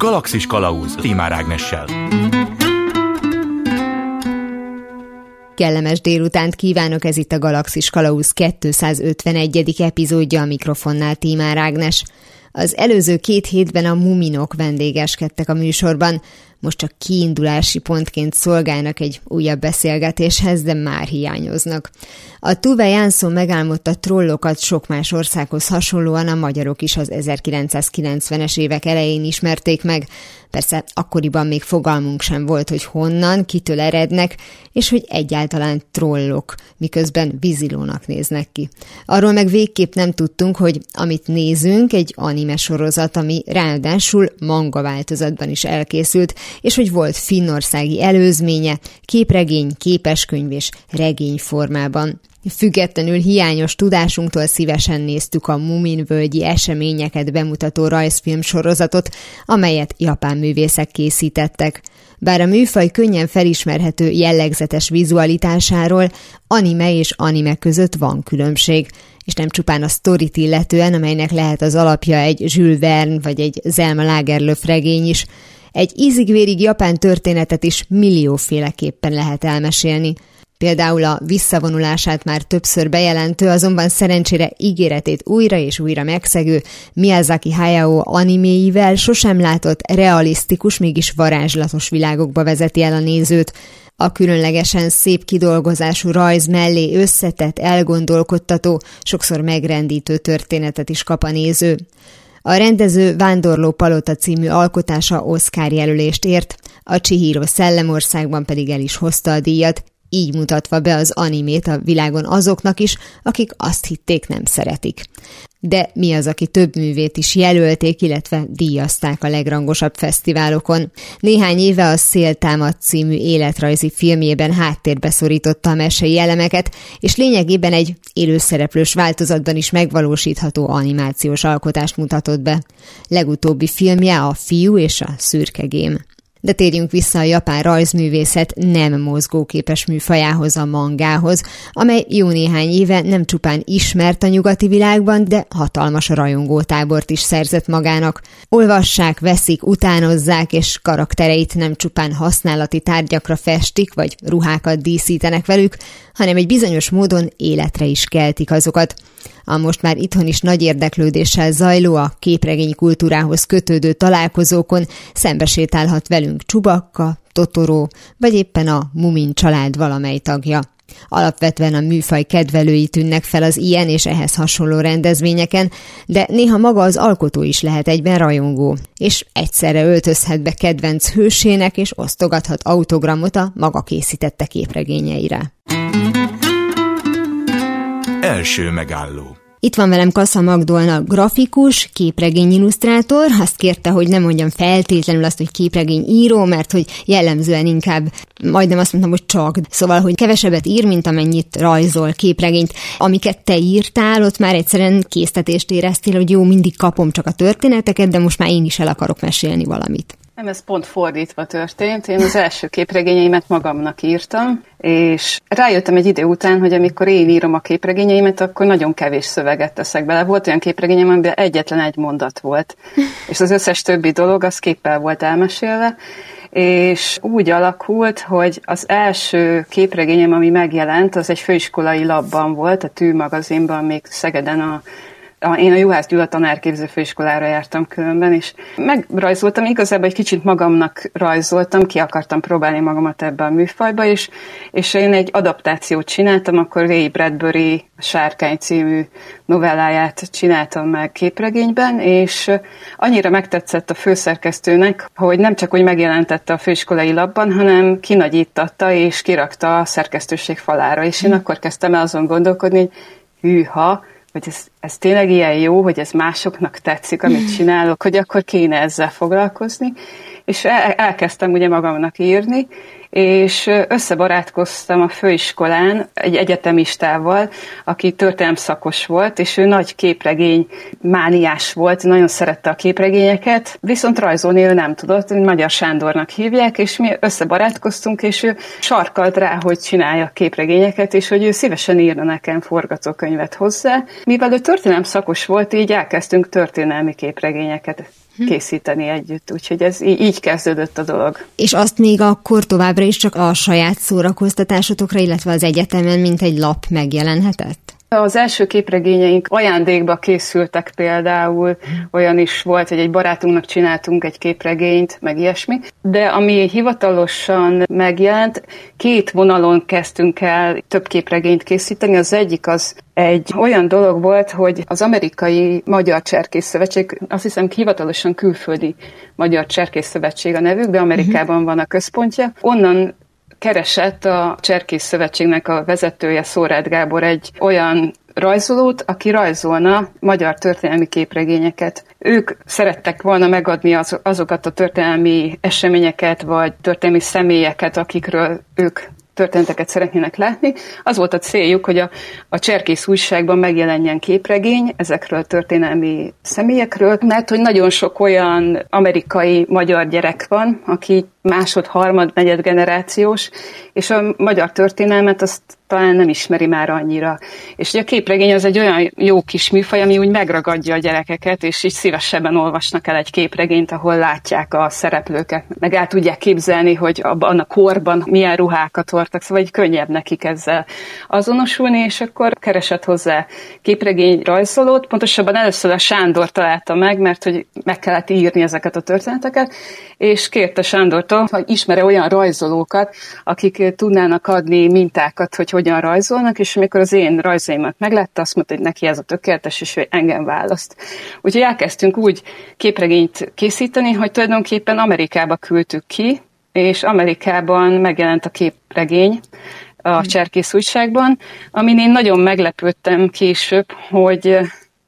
Galaxis Kalauz Tímár Ágnessel. Kellemes délutánt kívánok, ez itt a Galaxis Kalauz 251. epizódja, a mikrofonnál Tímár Ágnes. Az előző 2 hétben a Muminok vendégeskedtek a műsorban, most csak kiindulási pontként szolgálnak egy újabb beszélgetéshez, de már hiányoznak. A Tove Jansson megálmodta trollokat sok más országhoz hasonlóan a magyarok is az 1990-es évek elején ismerték meg. Persze akkoriban még fogalmunk sem volt, hogy honnan, kitől erednek, és hogy egyáltalán trollok, miközben vízilónak néznek ki. Arról meg végképp nem tudtunk, hogy amit nézünk, egy anime sorozat, ami ráadásul manga változatban is elkészült, és hogy volt finnországi előzménye, képregény, képeskönyv és regény formában. Függetlenül hiányos tudásunktól szívesen néztük a Muminvölgyi eseményeket bemutató rajzfilm sorozatot, amelyet japán művészek készítettek. Bár a műfaj könnyen felismerhető jellegzetes vizualitásáról, anime és anime között van különbség, és nem csupán a sztorit illetően, amelynek lehet az alapja egy Jules Verne vagy egy Selma Lagerlöf regény is. Egy ízig-vérig japán történetet is millióféleképpen lehet elmesélni. Például a visszavonulását már többször bejelentő, azonban szerencsére ígéretét újra és újra megszegő Miyazaki Hayao animéivel sosem látott realisztikus, mégis varázslatos világokba vezeti el a nézőt. A különlegesen szép kidolgozású rajz mellé összetett, elgondolkodtató, sokszor megrendítő történetet is kap a néző. A rendező Vándorló palota című alkotása Oscar jelölést ért, a Chihiro Szellemországban pedig el is hozta a díjat, így mutatva be az animét a világon azoknak is, akik azt hitték, nem szeretik. De mi az, aki több művét is jelölték, illetve díjazták a legrangosabb fesztiválokon. Néhány éve a Széltámad című életrajzi filmjében háttérbe szorította a mesei elemeket, és lényegében egy élőszereplős változatban is megvalósítható animációs alkotást mutatott be. Legutóbbi filmje a Fiú és a szürke gém. De térjünk vissza a japán rajzművészet nem mozgóképes műfajához, a mangához, amely jó néhány éve nem csupán ismert a nyugati világban, de hatalmas rajongótábort is szerzett magának. Olvassák, veszik, utánozzák, és karaktereit nem csupán használati tárgyakra festik, vagy ruhákat díszítenek velük, hanem egy bizonyos módon életre is keltik azokat. A most már itthon is nagy érdeklődéssel zajló, a képregény kultúrához kötődő találkozókon szembesétálhat velünk Chewbacca, Totoro, vagy éppen a Mumin család valamely tagja. Alapvetően a műfaj kedvelői tűnnek fel az ilyen és ehhez hasonló rendezvényeken, de néha maga az alkotó is lehet egyben rajongó, és egyszerre öltözhet be kedvenc hősének, és osztogathat autogramot a maga készítette képregényeire. Első megálló. Itt van velem Kassa Magdolna, grafikus, képregény illusztrátor. Azt kérte, hogy nem mondjam feltétlenül azt, hogy képregény író, mert hogy jellemzően inkább, majdnem azt mondtam, hogy csak. Szóval, hogy kevesebbet ír, mint amennyit rajzol képregényt. Amiket te írtál, ott már egyszerűen késztetést éreztél, hogy jó, mindig kapom csak a történeteket, de most már én is el akarok mesélni valamit. Nem, ez pont fordítva történt. Én az első képregényeimet magamnak írtam, és rájöttem egy idő után, hogy amikor én írom a képregényeimet, akkor nagyon kevés szöveget teszek bele. Volt olyan képregényem, amiben egyetlen egy mondat volt, és az összes többi dolog az képpel volt elmesélve, és úgy alakult, hogy az első képregényem, ami megjelent, az egy főiskolai labban volt, a Tű magazinban, még Szegeden én a Juhász Gyula tanárképző főiskolára jártam különben, és megrajzoltam, igazából egy kicsit magamnak rajzoltam, ki akartam próbálni magamat ebbe a műfajba, és én egy adaptációt csináltam, akkor Ray Bradbury Sárkány című novelláját csináltam meg képregényben, és annyira megtetszett a főszerkesztőnek, hogy nem csak úgy megjelentette a főiskolai labban, hanem kinagyítatta és kirakta a szerkesztőség falára, és én akkor kezdtem el azon gondolkodni, hogy hűha, hogy ez tényleg ilyen jó, hogy ez másoknak tetszik, amit csinálok, hogy akkor kéne ezzel foglalkozni. És elkezdtem ugye magamnak írni, és összebarátkoztam a főiskolán egy egyetemistával, aki történelemszakos volt, és ő nagy képregény mániás volt, nagyon szerette a képregényeket, viszont rajzolni ő nem tudott, Magyar Sándornak hívják, és mi összebarátkoztunk, és ő sarkalt rá, hogy csinálja képregényeket, és hogy ő szívesen írna nekem forgatókönyvet hozzá. Mivel ő történelemszakos volt, így elkezdtünk történelmi képregényeket készíteni együtt. Úgyhogy ez így kezdődött a dolog. És azt még akkor továbbra is csak a saját szórakoztatásotokra, illetve az egyetemen, mint egy lap megjelenhetett? Az első képregényeink ajándékba készültek például, olyan is volt, hogy egy barátunknak csináltunk egy képregényt, meg ilyesmi, de ami hivatalosan megjelent, 2 vonalon kezdtünk el több képregényt készíteni. Az egyik az egy olyan dolog volt, hogy az Amerikai Magyar Cserkész Szövetség, azt hiszem hivatalosan Külföldi Magyar Cserkész Szövetség a nevük, de Amerikában van a központja. Onnan keresett a Cserkész Szövetségnek a vezetője, Szórád Gábor egy olyan rajzolót, aki rajzolna magyar történelmi képregényeket. Ők szerettek volna megadni azokat a történelmi eseményeket, vagy történelmi személyeket, akikről ők történeteket szeretnének látni. Az volt a céljuk, hogy a Cserkész újságban megjelenjen képregény ezekről a történelmi személyekről, mert hogy nagyon sok olyan amerikai magyar gyerek van, aki másod, harmad, negyed generációs, és a magyar történelmet azt talán nem ismeri már annyira. És ugye a képregény az egy olyan jó kis műfaj, ami úgy megragadja a gyerekeket, és így szívesebben olvasnak el egy képregényt, ahol látják a szereplőket, meg el tudják képzelni, hogy abban a korban milyen ruhákat hordtak, szóval így könnyebb nekik ezzel azonosulni, és akkor keresett hozzá képregény rajzolót, pontosabban először a Sándor találta meg, mert hogy meg kellett írni ezeket a történeteket, és kérte Sándortól, hogy ismer-e olyan rajzolókat, akik tudnának adni mintákat, hogy hogyan rajzolnak, és amikor az én rajzaimat meglátta, azt mondta, hogy neki ez a tökéletes, és hogy engem választ. Úgyhogy elkezdtünk úgy képregényt készíteni, hogy tulajdonképpen Amerikába küldtük ki, és Amerikában megjelent a képregény a Cserkész újságban, amin én nagyon meglepődtem később, hogy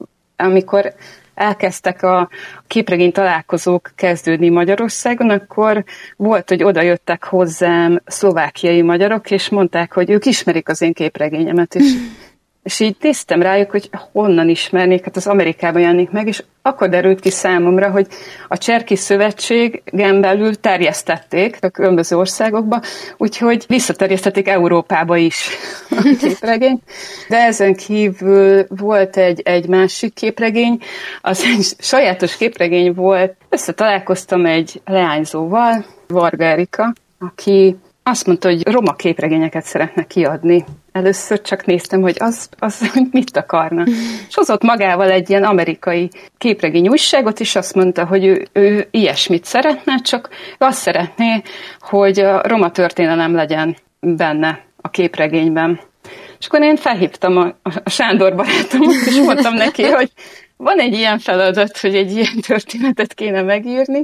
amikor elkezdtek a képregény találkozók kezdődni Magyarországon, akkor volt, hogy oda jöttek hozzám szlovákiai magyarok, és mondták, hogy ők ismerik az én képregényemet is. És így néztem rájuk, hogy honnan ismernék, hát az Amerikában jelenik meg, és akkor derült ki számomra, hogy a Cserkész Szövetségen belül terjesztették a különböző országokba, úgyhogy visszaterjesztették Európába is a képregényt. De ezen kívül volt egy másik képregény, az egy sajátos képregény volt. Összetalálkoztam egy leányzóval, Varga Erika, aki azt mondta, hogy roma képregényeket szeretne kiadni. Először csak néztem, hogy az mit akarna. És hozott magával egy ilyen amerikai képregény újságot, és azt mondta, hogy ő ilyesmit szeretne, csak azt szeretné, hogy a roma történelem legyen benne a képregényben. És akkor én felhívtam a Sándor barátomot, és mondtam neki, hogy van egy ilyen feladat, hogy egy ilyen történetet kéne megírni,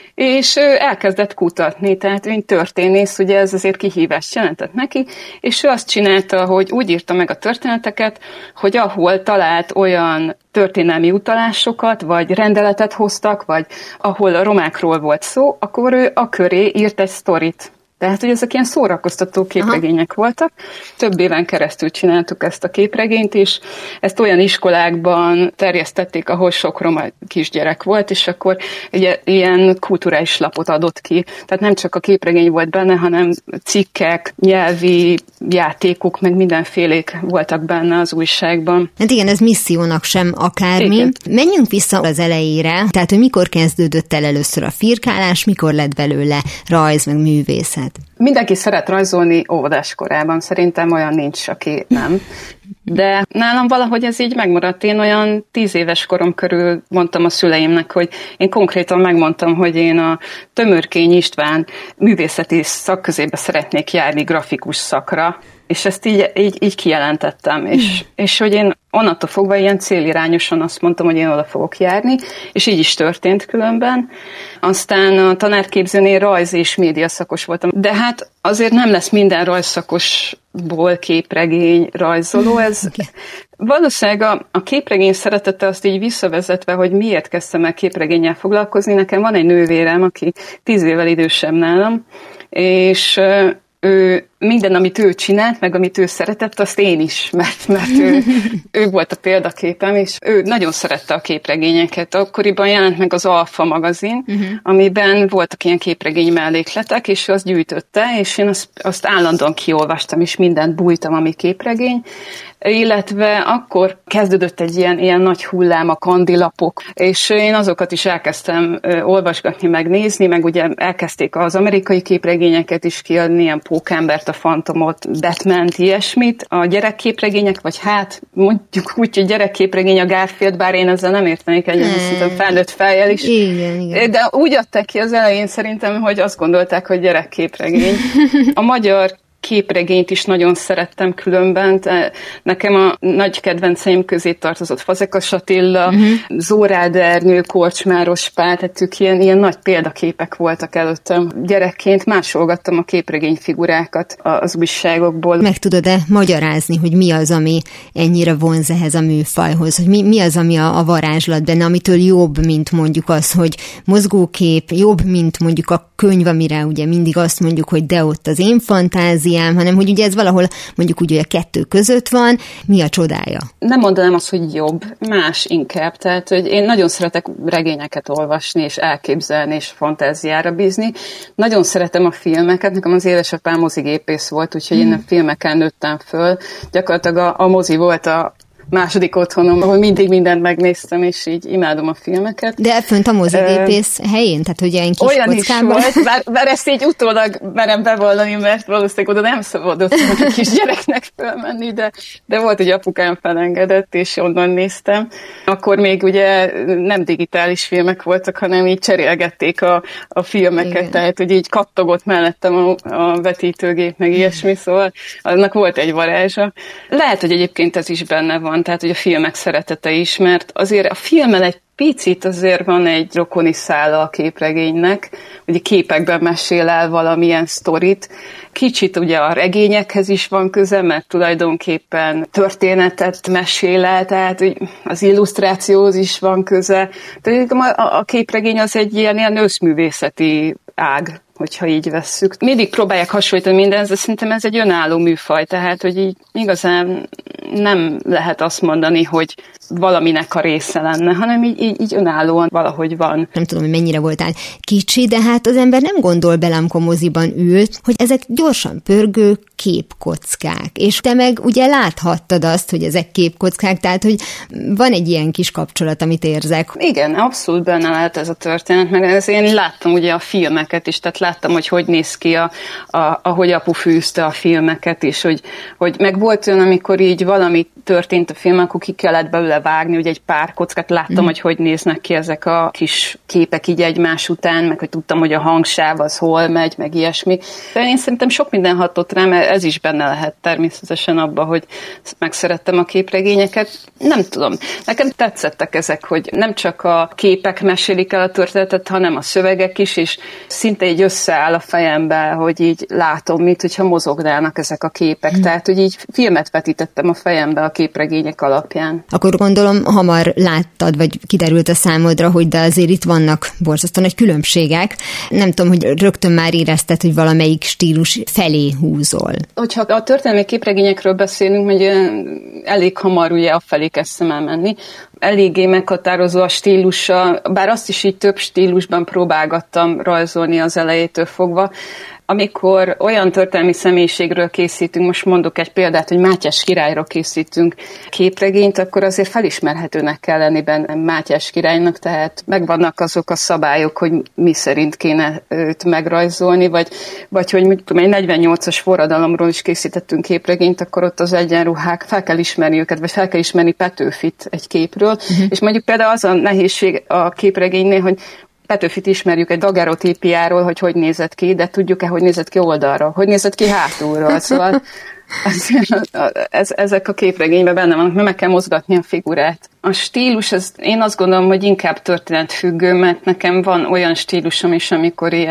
és ő elkezdett kutatni, tehát ő történész, ugye ez azért kihívást jelentett neki, és ő azt csinálta, hogy úgy írta meg a történeteket, hogy ahol talált olyan történelmi utalásokat, vagy rendeletet hoztak, vagy ahol a romákról volt szó, akkor ő a köré írt egy sztorit. Tehát, hogy ezek ilyen szórakoztató képregények voltak. Több éven keresztül csináltuk ezt a képregényt, és ezt olyan iskolákban terjesztették, ahol sok roma kisgyerek volt, és akkor ugye, ilyen kulturális lapot adott ki. Tehát nem csak a képregény volt benne, hanem cikkek, nyelvi játékok, meg mindenfélék voltak benne az újságban. Hát igen, ez missziónak sem akármi. Igen. Menjünk vissza az elejére, tehát, hogy mikor kezdődött el először a firkálás, mikor lett belőle rajz, meg művészet? Mindenki szeret rajzolni óvodás korában, szerintem olyan nincs, aki nem. De nálam valahogy ez így megmaradt. Én olyan 10 éves korom körül mondtam a szüleimnek, hogy én konkrétan megmondtam, hogy én a Tömörkény István művészeti szakközébe szeretnék járni grafikus szakra, és ezt így kijelentettem, és hogy én onnantól fogva ilyen célirányosan azt mondtam, hogy én oda fogok járni, és így is történt különben. Aztán a tanárképzőnél rajz és média szakos voltam, de hát azért nem lesz minden rajzszakosból képregény rajzoló, ez valószínűleg a képregény szeretete azt így visszavezetve, hogy miért kezdtem el képregénnyel foglalkozni. Nekem van egy nővérem, aki 10 évvel idősebb nálam, és ő minden, amit ő csinált, meg amit ő szeretett, azt én is, mert ő volt a példaképem, és ő nagyon szerette a képregényeket. Akkoriban jelent meg az Alfa magazin, amiben voltak ilyen képregény mellékletek, és ő azt gyűjtötte, és én azt állandóan kiolvastam, és mindent bújtam, ami képregény, illetve akkor kezdődött egy ilyen nagy hullám a kandilapok, és én azokat is elkezdtem olvasgatni, megnézni, meg ugye elkezdték az amerikai képregényeket is kiadni, ilyen Pókembert, a Fantomot, Batman-t, ilyesmit. A gyerekképregények, vagy hát mondjuk úgy, hogy gyerekképregény a Garfield, bár én ezzel nem értenék egyet, szerintem felnőtt fejjel is. Igen. De úgy adták ki az elején szerintem, hogy azt gondolták, hogy gyerekképregény. A magyar képregényt is nagyon szerettem különben. Nekem a nagy kedvenceim közé tartozott Fazekas Attila, Zórád Ernő, Korcsmáros Pál, tehát ők ilyen nagy példaképek voltak előttem. Gyerekként másolgattam a képregényfigurákat az újságokból. Meg tudod-e magyarázni, hogy mi az, ami ennyire vonz ehhez a műfajhoz? Hogy mi az, ami a varázslat benne, amitől jobb, mint mondjuk az, hogy mozgókép, jobb, mint mondjuk a könyv, amire ugye mindig azt mondjuk, hogy de ott az én fantáziám, hanem hogy ugye ez valahol mondjuk úgy, hogy a kettő között van, mi a csodája? Nem mondanám azt, hogy jobb, más inkább. Tehát, hogy én nagyon szeretek regényeket olvasni, és elképzelni, és fantáziára bízni. Nagyon szeretem a filmeket, nekem az édesapám mozigépész volt, úgyhogy én a filmeken nőttem föl. Gyakorlatilag a mozi volt a második otthonom, ahol mindig mindent megnéztem, és így imádom a filmeket. De fönt a mozigépész helyén? Tehát, hogy ilyen kis olyan kockában? Is volt, bár ezt így utólag merem bevallani, mert valószínűleg oda nem szabadott a kisgyereknek fölmenni, de volt, hogy apukám felengedett, és onnan néztem. Akkor még ugye nem digitális filmek voltak, hanem így cserélgették a filmeket, igen. Tehát, hogy így kattogott mellettem a vetítőgép, meg ilyesmi, szóval annak volt egy varázsa. Lehet, hogy egyébként ez is benne van, tehát, hogy a filmek szeretete is, mert azért a filmen egy picit azért van egy rokoni szála a képregénynek, ugye képekben mesél el valamilyen sztorit. Kicsit ugye a regényekhez is van köze, mert tulajdonképpen történetet mesél el, tehát az illusztrációhoz is van köze. Tehát a képregény az egy ilyen összművészeti ág, hogyha így vesszük. Mindig próbálják hasonlítani mindenhez, de szerintem ez egy önálló műfaj, tehát, hogy így igazán nem lehet azt mondani, hogy valaminek a része lenne, hanem így önállóan valahogy van. Nem tudom, hogy mennyire voltál kicsi, de hát az ember nem gondol bele, amikor moziban ült, hogy ezek gyorsan pörgő képkockák. És te meg ugye láthattad azt, hogy ezek képkockák, tehát, hogy van egy ilyen kis kapcsolat, amit érzek. Igen, abszolút benne lehet ez a történet, mert én láttam ugye a filmeket is, tehát láttam, hogy néz ki, ahogy apu fűzte a filmeket is, hogy meg volt olyan, amikor így valami történt a film, akkor ki kellett belőle vágni, ugye egy pár kockát, láttam, hogy néznek ki ezek a kis képek így egymás után, meg hogy tudtam, hogy a hangsáv az hol megy, meg ilyesmi. De én szerintem sok minden hatott rá, mert ez is benne lehet természetesen abba, hogy megszerettem a képregényeket. Nem tudom, nekem tetszettek ezek, hogy nem csak a képek mesélik el a történetet, hanem a szövegek is, és szinte így összeáll a fejembe, hogy így látom, mint hogyha mozognának ezek a képek. Tehát, hogy így filmet vetítettem a fejembe a képregények alapján. Akkor gondolom, hamar láttad, vagy kiderült a számodra, hogy de azért itt vannak borzasztó nagy különbségek. Nem tudom, hogy rögtön már érezted, hogy valamelyik stílus felé húzol. Hogyha a történelmi képregényekről beszélünk, hogy elég hamar ugye afelé kezdtem elmenni, eléggé meghatározó a stílusa, bár azt is így több stílusban próbálgattam rajzolni az elejétől fogva. Amikor olyan történelmi személyiségről készítünk, most mondok egy példát, hogy Mátyás királyról készítünk képregényt, akkor azért felismerhetőnek kell lenni benne Mátyás királynak, tehát megvannak azok a szabályok, hogy mi szerint kéne őt megrajzolni, vagy hogy mit tudom, egy 48-as forradalomról is készítettünk képregényt, akkor ott az egyenruhák, fel kell ismerni őket, vagy fel kell ismerni Petőfit egy képről, és mondjuk például az a nehézség a képregénynél, hogy Petőfit ismerjük egy dagerotípiáról, hogy nézett ki, de tudjuk-e, hogy nézett ki oldalról, hogy nézett ki hátulról. Szóval ezek a képregényben benne vannak, mert meg kell mozgatni a figurát. A stílus, én azt gondolom, hogy inkább történetfüggő, mert nekem van olyan stílusom is, amikor ilyen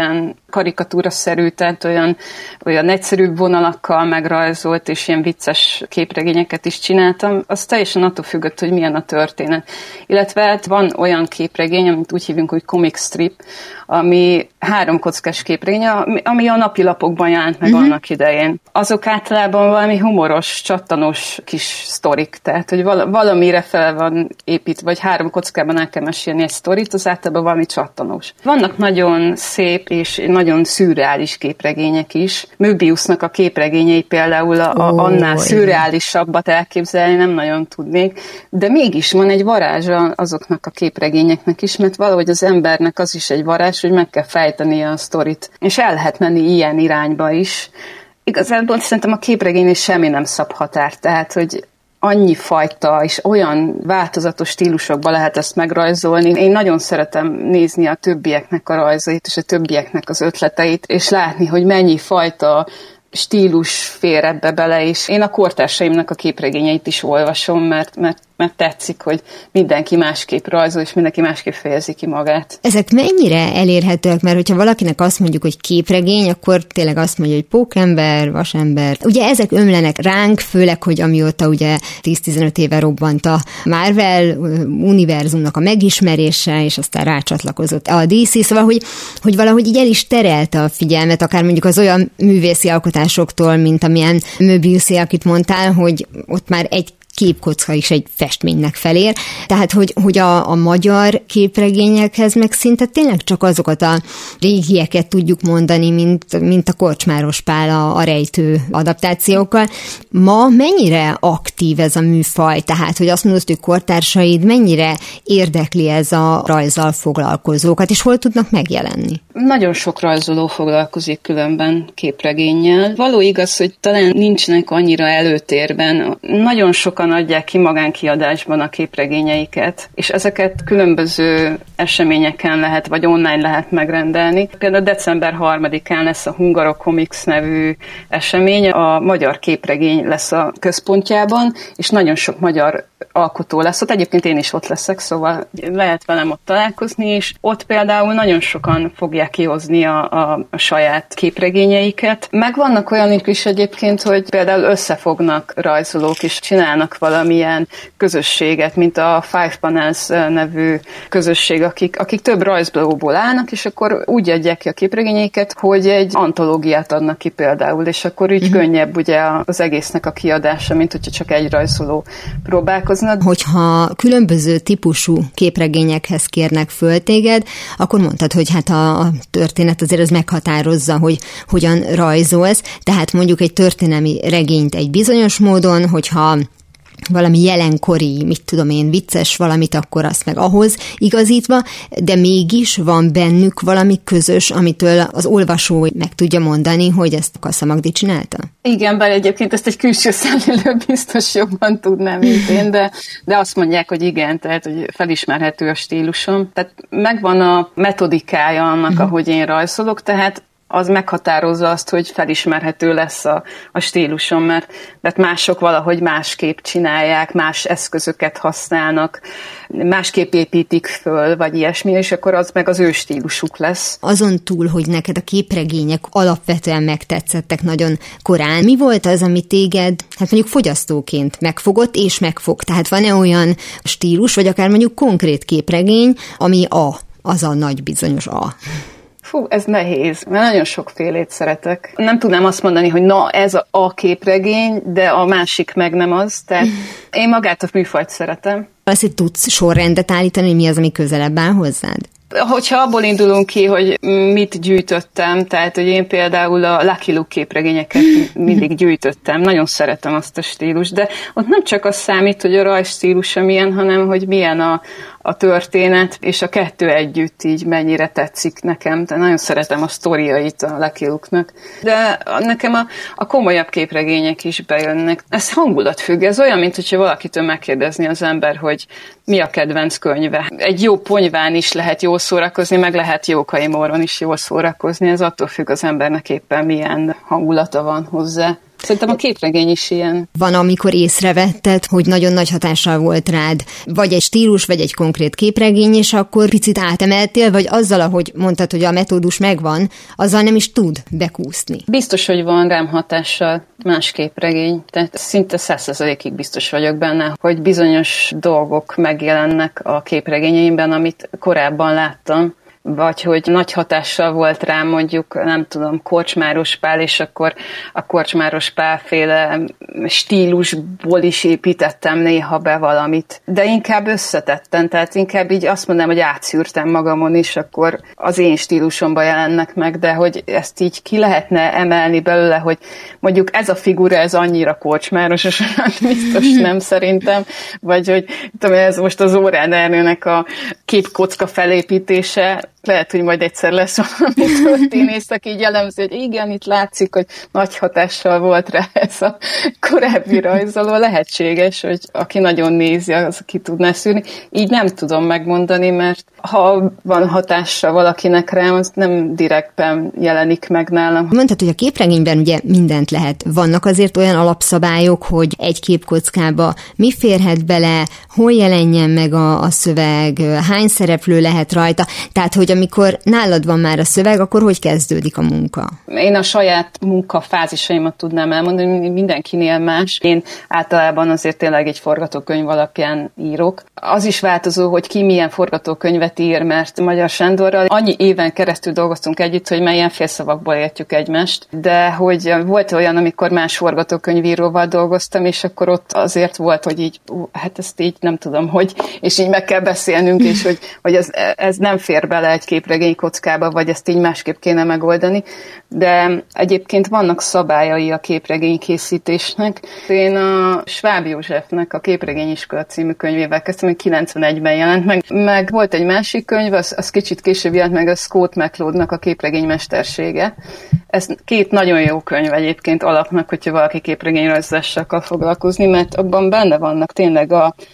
karikatúraszerű, tehát olyan egyszerűbb vonalakkal megrajzolt, és ilyen vicces képregényeket is csináltam. Az teljesen attól függött, hogy milyen a történet. Illetve hát van olyan képregény, amit úgy hívunk, hogy comic strip, ami 3 kockás képregény, ami a napilapokban jelent meg annak idején. Azok általában valami humoros, csattanos kis sztorik, tehát hogy valamire fel van építve, vagy 3 kockában el kell mesélni egy sztorit, az általában valami csattanos. Vannak nagyon szép és nagyon szürreális képregények is. Möbiusnak a képregényei például annál szürreálisabbat elképzelni nem nagyon tudnék, de mégis van egy varázsa azoknak a képregényeknek is, mert valahogy az embernek az is egy varázs, hogy meg kell fejtenie a sztorit, és el lehet menni ilyen irányba is. Igazából szerintem a képregénynél semmi nem szab határt, tehát, hogy annyi fajta és olyan változatos stílusokban lehet ezt megrajzolni. Én nagyon szeretem nézni a többieknek a rajzait és a többieknek az ötleteit, és látni, hogy mennyi fajta stílus fér ebbe bele, és én a kortársaimnak a képregényeit is olvasom, mert tetszik, hogy mindenki másképp rajzol, és mindenki másképp fejezi ki magát. Ezek mennyire elérhetőek? Mert hogyha valakinek azt mondjuk, hogy képregény, akkor tényleg azt mondja, hogy pókember, vasember. Ugye ezek ömlenek ránk, főleg, hogy amióta ugye 10-15 éve robbant a Marvel univerzumnak a megismerése, és aztán rácsatlakozott a DC, szóval, hogy valahogy így el is terelte a figyelmet, akár mondjuk az olyan művészi alkotásoktól, mint amilyen Möbiusé, akit mondtál, hogy ott már egy képkocka is egy festménynek felér. Tehát, hogy a magyar képregényekhez meg szinte tényleg csak azokat a régieket tudjuk mondani, mint a Korcsmáros Pál a rejtő adaptációkkal. Ma mennyire aktív ez a műfaj? Tehát, hogy azt mondod, hogy kortársaid mennyire érdekli ez a rajzzal foglalkozókat, és hol tudnak megjelenni? Nagyon sok rajzoló foglalkozik különben képregénnyel. Való igaz, hogy talán nincsenek annyira előtérben. Nagyon sokan adják ki magánkiadásban a képregényeiket, és ezeket különböző eseményeken lehet, vagy online lehet megrendelni. Például december 3-án lesz a Hungaro Comics nevű esemény, a magyar képregény lesz a központjában, és nagyon sok magyar alkotó lesz ott. Egyébként én is ott leszek, szóval lehet velem ott találkozni, és ott például nagyon sokan fogják kihozni a saját képregényeiket. Meg vannak olyanok is egyébként, hogy például összefognak rajzolók, és csinálnak valamilyen közösséget, mint a Five Panels nevű közösség, akik több rajzblogból állnak, és akkor úgy adják ki a képregényeiket, hogy egy antológiát adnak ki például, és akkor úgy könnyebb ugye az egésznek a kiadása, mint hogyha csak egy rajzoló próbálkozna. Hogyha különböző típusú képregényekhez kérnek föl téged, akkor mondtad, hogy hát a történet azért az meghatározza, hogy hogyan rajzolsz, tehát mondjuk egy történelmi regényt egy bizonyos módon, hogyha valami jelenkori, mit tudom én, vicces valamit, akkor azt meg ahhoz igazítva, de mégis van bennük valami közös, amitől az olvasó meg tudja mondani, hogy ezt Kassa Magdi csinálta? Igen, bár egyébként ezt egy külső szemlélő biztos jobban tudná, mint én, de azt mondják, hogy igen, tehát hogy felismerhető a stílusom. Tehát megvan a metodikája annak, ahogy én rajzolok, tehát az meghatározza azt, hogy felismerhető lesz a stílusom, mert mások valahogy másképp csinálják, más eszközöket használnak, másképp építik föl, vagy ilyesmi, és akkor az meg az ő stílusuk lesz. Azon túl, hogy neked a képregények alapvetően megtetszettek nagyon korán, mi volt az, ami téged, hát mondjuk fogyasztóként megfogott és megfog? Tehát van-e olyan stílus, vagy akár mondjuk konkrét képregény, ami az a nagy bizonyos A? Fú, ez nehéz, mert nagyon sokfélét szeretek. Nem tudnám azt mondani, hogy na, ez a képregény, de a másik meg nem az. Tehát én magát a műfajt szeretem. Azt, hogy tudsz sorrendet állítani, hogy mi az, ami közelebb áll hozzád? Hogyha abból indulunk ki, hogy mit gyűjtöttem, tehát, hogy én például a Lucky Luke képregényeket mindig gyűjtöttem, nagyon szeretem azt a stílus, de ott nem csak az számít, hogy a rajz stílusa milyen, hanem, hogy milyen a történet, és a kettő együtt így mennyire tetszik nekem. Tehát nagyon szeretem a sztoriait a Lucky Luke-nak. De nekem a komolyabb képregények is bejönnek. Ez hangulatfügg, ez olyan, mint hogyha valakitől megkérdezni az ember, hogy mi a kedvenc könyve. Egy jó ponyván is lehet jól szórakozni, meg lehet Jókai Móron is jól szórakozni. Ez attól függ az embernek éppen milyen hangulata van hozzá. Szerintem a képregény is ilyen. Van, amikor észrevetted, hogy nagyon nagy hatással volt rád, vagy egy stílus, vagy egy konkrét képregény, és akkor picit átemeltél, vagy azzal, ahogy mondtad, hogy a metódus megvan, azzal nem is tud bekúszni. Biztos, hogy van rám hatással más képregény, tehát szinte 100%-ig biztos vagyok benne, hogy bizonyos dolgok megjelennek a képregényeimben, amit korábban láttam, vagy hogy nagy hatással volt rám mondjuk, nem tudom, Korcsmáros Pál, és akkor a Korcsmáros Pál-féle stílusból is építettem néha be valamit. De inkább összetettem, tehát inkább így azt mondanám, hogy átszűrtem magamon is, akkor az én stílusomban jelennek meg, de hogy ezt így ki lehetne emelni belőle, hogy mondjuk ez a figura, ez annyira Korcsmáros, biztos nem szerintem, vagy hogy tudom, ez most az Órán Ernőnek a képkocka felépítése, lehet, hogy majd egyszer lesz valami történész, aki így jellemzi, hogy igen, itt látszik, hogy nagy hatással volt rá ez a korábbi rajzoló. Lehetséges, hogy aki nagyon nézi, az ki tudná szűrni. Így nem tudom megmondani, mert ha van hatása valakinek rám, az nem direktben jelenik meg nálam. Mondtad, hogy a képregényben ugye mindent lehet. Vannak azért olyan alapszabályok, hogy egy képkockába mi férhet bele, hol jelenjen meg a szöveg, hány szereplő lehet rajta. Tehát, hogy amikor nálad van már a szöveg, akkor hogy kezdődik a munka? Én a saját munkafázisaimat tudnám elmondani, mindenkinél más. Én általában azért tényleg egy forgatókönyv alapján írok. Az is változó, hogy ki milyen forgatókönyvet ír, mert Magyar Sándorral annyi éven keresztül dolgoztunk együtt, hogy már ilyen félszavakból értjük egymást, de hogy volt olyan, amikor más forgatókönyvíróval dolgoztam, és akkor ott azért volt, hogy így, hát ezt így nem tudom, hogy, és így meg kell beszélnünk, és hogy ez nem fér bele egy képregény kockába, vagy ezt így másképp kéne megoldani, de egyébként vannak szabályai a képregény készítésnek. Én a Schwab Józsefnek a Képregényiskola című könyvével kezdtem, hogy 91-ben jelent meg volt egy másik könyv, az kicsit később jelent meg, a Scott McCloudnak a Képregény mestersége. Ez két nagyon jó könyv egyébként alapnak, hogyha valaki képregényrajzolással akar foglalkozni, mert abban benne vannak tényleg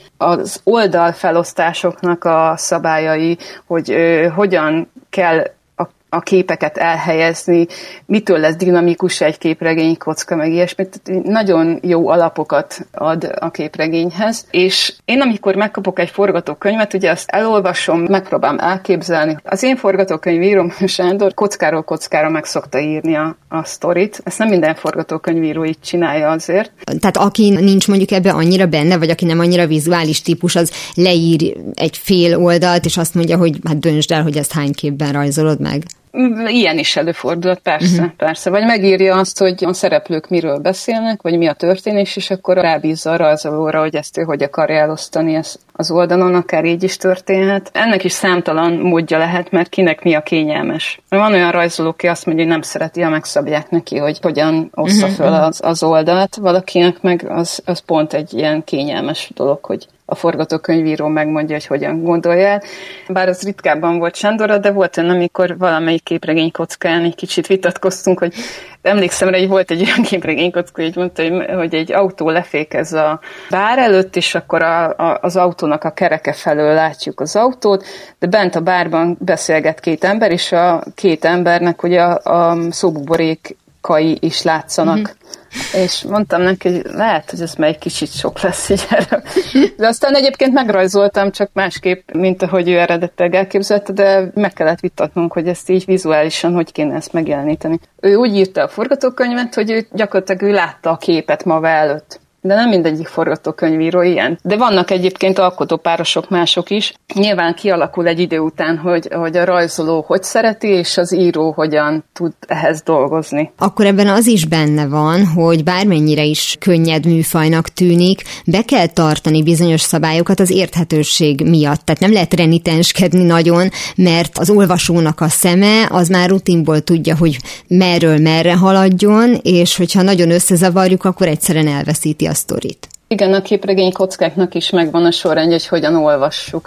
az oldalfelosztásoknak a szabályai, hogy hogyan kell a képeket elhelyezni, mitől lesz dinamikus egy képregény kocka, meg ilyesmit. Nagyon jó alapokat ad a képregényhez, és én amikor megkapok egy forgatókönyvet, ugye azt elolvasom, megpróbálom elképzelni. Az én forgatókönyvíróm Sándor kockáról kockára meg szokta írni a sztorit. Ezt nem minden forgatókönyvíró így csinálja azért. Tehát aki nincs mondjuk ebbe annyira benne, vagy aki nem annyira vizuális típus, az leír egy fél oldalt, és azt mondja, hogy hát döntsd el, hogy ezt hány képben rajzolod meg. Ilyen is előfordult, persze. Vagy megírja azt, hogy a szereplők miről beszélnek, vagy mi a történés, és akkor rábízza a rajzolóra, hogy ezt ő hogy akarja elosztani az oldalon, akár így is történhet. Ennek is számtalan módja lehet, mert kinek mi a kényelmes. Van olyan rajzoló, aki azt mondja, hogy nem szereti, ha megszabják neki, hogy hogyan ossza föl az oldalt. Valakinek meg az pont egy ilyen kényelmes dolog, hogy a forgatókönyvíró megmondja, hogy hogyan gondolja el. Bár az ritkábban volt Sándorra, de volt olyan, amikor valamelyik képregény kockán egy kicsit vitatkoztunk, hogy emlékszem rá, hogy volt egy olyan képregény kocka, hogy mondta, hogy egy autó lefékez a bár előtt, és akkor az autónak a kereke felől látjuk az autót, de bent a bárban beszélget két ember, és a két embernek ugye a szóbuborékai is látszanak. És mondtam neki, hogy lehet, hogy ez már egy kicsit sok lesz így erre. De aztán egyébként megrajzoltam, csak másképp, mint ahogy ő eredetileg elképzelte, de meg kellett vitatnunk, hogy ezt így vizuálisan hogy kéne ezt megjeleníteni. Ő úgy írta a forgatókönyvet, hogy gyakorlatilag ő látta a képet maga előtt. De nem mindegyik forgatókönyvíró ilyen. De vannak egyébként alkotópárosok mások is. Nyilván kialakul egy idő után, hogy a rajzoló hogy szereti, és az író hogyan tud ehhez dolgozni. Akkor ebben az is benne van, hogy bármennyire is könnyed műfajnak tűnik, be kell tartani bizonyos szabályokat az érthetőség miatt. Tehát nem lehet renitenskedni nagyon, mert az olvasónak a szeme az már rutinból tudja, hogy merről merre haladjon, és hogyha nagyon összezavarjuk, akkor egyszerűen elveszíti a sztorit. Igen, a képregény kockáknak is megvan a sorrendje, hogy hogyan olvassuk.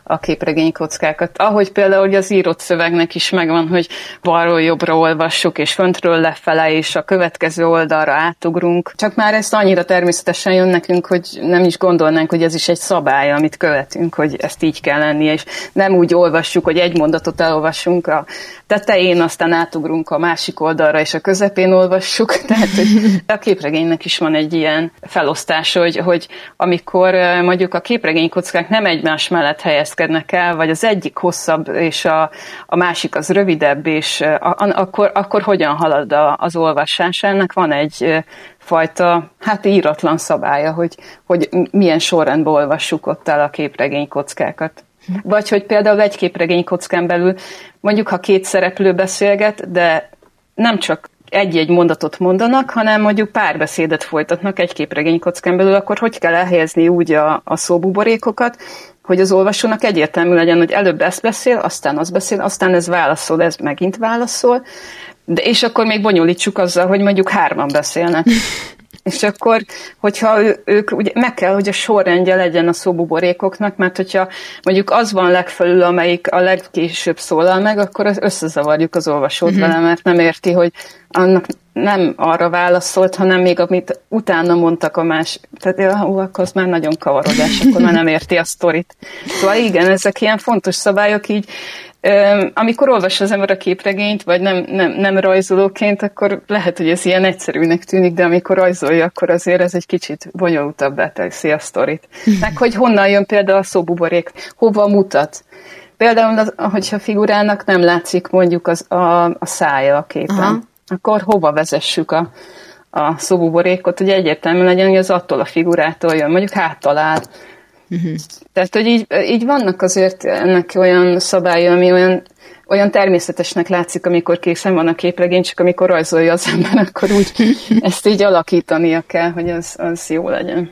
a képregénykockákat. Ahogy például az írott szövegnek is megvan, hogy balról jobbra olvassuk, és föntről lefele, és a következő oldalra átugrunk. Csak már ezt annyira természetesen jön nekünk, hogy nem is gondolnánk, hogy ez is egy szabály, amit követünk, hogy ezt így kell lennie, és nem úgy olvassuk, hogy egy mondatot elolvassunk a tetején, aztán átugrunk a másik oldalra, és a közepén olvassuk. Tehát, hogy a képregénynek is van egy ilyen felosztás, hogy amikor mondjuk a képregénykockák nem egymás mellett helyezkednek el, vagy az egyik hosszabb, és a másik az rövidebb, és akkor hogyan halad az olvasás? Ennek van egy fajta, íratlan szabálya, hogy milyen sorrendben olvassuk ott el a képregénykockákat. Vagy hogy például egy képregénykockán belül, mondjuk ha két szereplő beszélget, de nem csak egy-egy mondatot mondanak, hanem mondjuk párbeszédet folytatnak egy képregénykockán belül, akkor hogy kell elhelyezni úgy a szóbuborékokat, hogy az olvasónak egyértelmű legyen, hogy előbb ezt beszél, aztán ez válaszol, ez megint válaszol, és akkor még bonyolítsuk azzal, hogy mondjuk 3 beszélnek. És akkor, hogyha ők ugye meg kell, hogy a sorrendje legyen a szóbuborékoknak, mert hogyha mondjuk az van legfelül, amelyik a legkésőbb szólal meg, akkor összezavarjuk az olvasót vele, mert nem érti, hogy annak nem arra válaszolt, hanem még amit utána mondtak a más. Tehát akkor az már nagyon kavarodás, akkor már nem érti a sztorit. Szóval igen, ezek ilyen fontos szabályok így. Amikor olvas az ember a képregényt, vagy nem rajzolóként, akkor lehet, hogy ez ilyen egyszerűnek tűnik, de amikor rajzolja, akkor azért ez egy kicsit bonyolultabbá teszi a sztorit. Meg hogy honnan jön például a szóbuborék, hova mutat. Például, hogyha a figurának nem látszik mondjuk a szája a képen, akkor hova vezessük a szóbuborékot, hogy egyértelmű legyen, hogy az attól a figurától jön, mondjuk háttal áll. Tehát, hogy így vannak azért ennek olyan szabálya, ami olyan természetesnek látszik, amikor készen van a képregény, csak amikor rajzolja az ember, akkor úgy ezt így alakítania kell, hogy az jó legyen.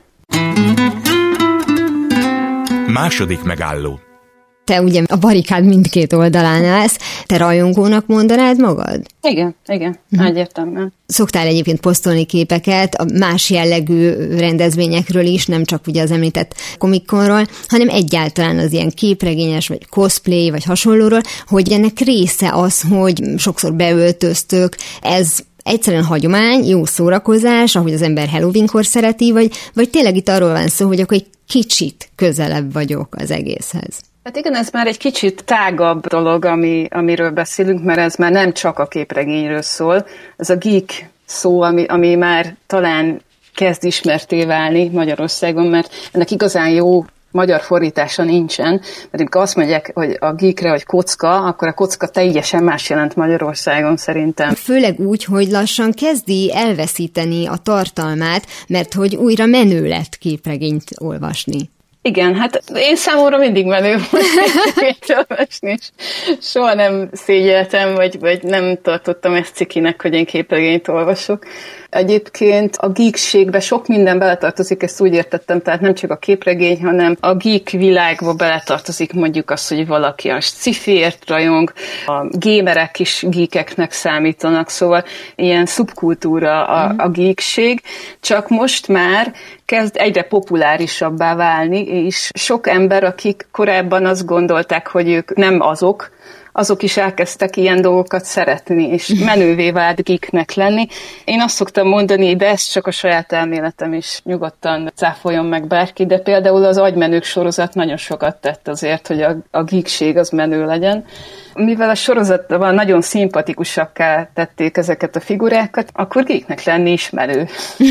Második megálló. Te ugye a barikád mindkét oldalán állsz, te rajongónak mondanád magad? Igen, egyértelműen. Szoktál egyébként posztolni képeket a más jellegű rendezvényekről is, nem csak ugye az említett Comic-Conról, hanem egyáltalán az ilyen képregényes, vagy cosplay, vagy hasonlóról, hogy ennek része az, hogy sokszor beöltöztök, ez egyszerűen hagyomány, jó szórakozás, ahogy az ember Halloweenkor szereti, vagy tényleg itt arról van szó, hogy akkor egy kicsit közelebb vagyok az egészhez. Hát igen, ez már egy kicsit tágabb dolog, amiről beszélünk, mert ez már nem csak a képregényről szól. Ez a geek szó, ami már talán kezd ismertté válni Magyarországon, mert ennek igazán jó magyar fordítása nincsen, mert amikor azt mondják, hogy a geekre, hogy kocka, akkor a kocka teljesen más jelent Magyarországon szerintem. Főleg úgy, hogy lassan kezdi elveszíteni a tartalmát, mert hogy újra menő lett képregényt olvasni. Igen, hát én számomra mindig menő volt képregényt olvasni, és soha nem szégyeltem, vagy nem tartottam ezt cikinek, hogy én képregényt olvasok. Egyébként a geekségbe sok minden beletartozik, ezt úgy értettem, tehát nem csak a képregény, hanem a geek világba beletartozik mondjuk az, hogy valaki a sci-fiért rajong, a gamerek is geekeknek számítanak, szóval ilyen szubkultúra a geekség, csak most már kezd egyre populárisabbá válni, és sok ember, akik korábban azt gondolták, hogy ők nem azok is elkezdtek ilyen dolgokat szeretni, és menővé vált geeknek lenni. Én azt szoktam mondani, de ez csak a saját elméletem is, nyugodtan cáfoljon meg bárki, de például az Agymenők sorozat nagyon sokat tett azért, hogy a geekség az menő legyen. Mivel a sorozatban nagyon szimpatikusabbá tették ezeket a figurákat, akkor geeknek lenni is menő.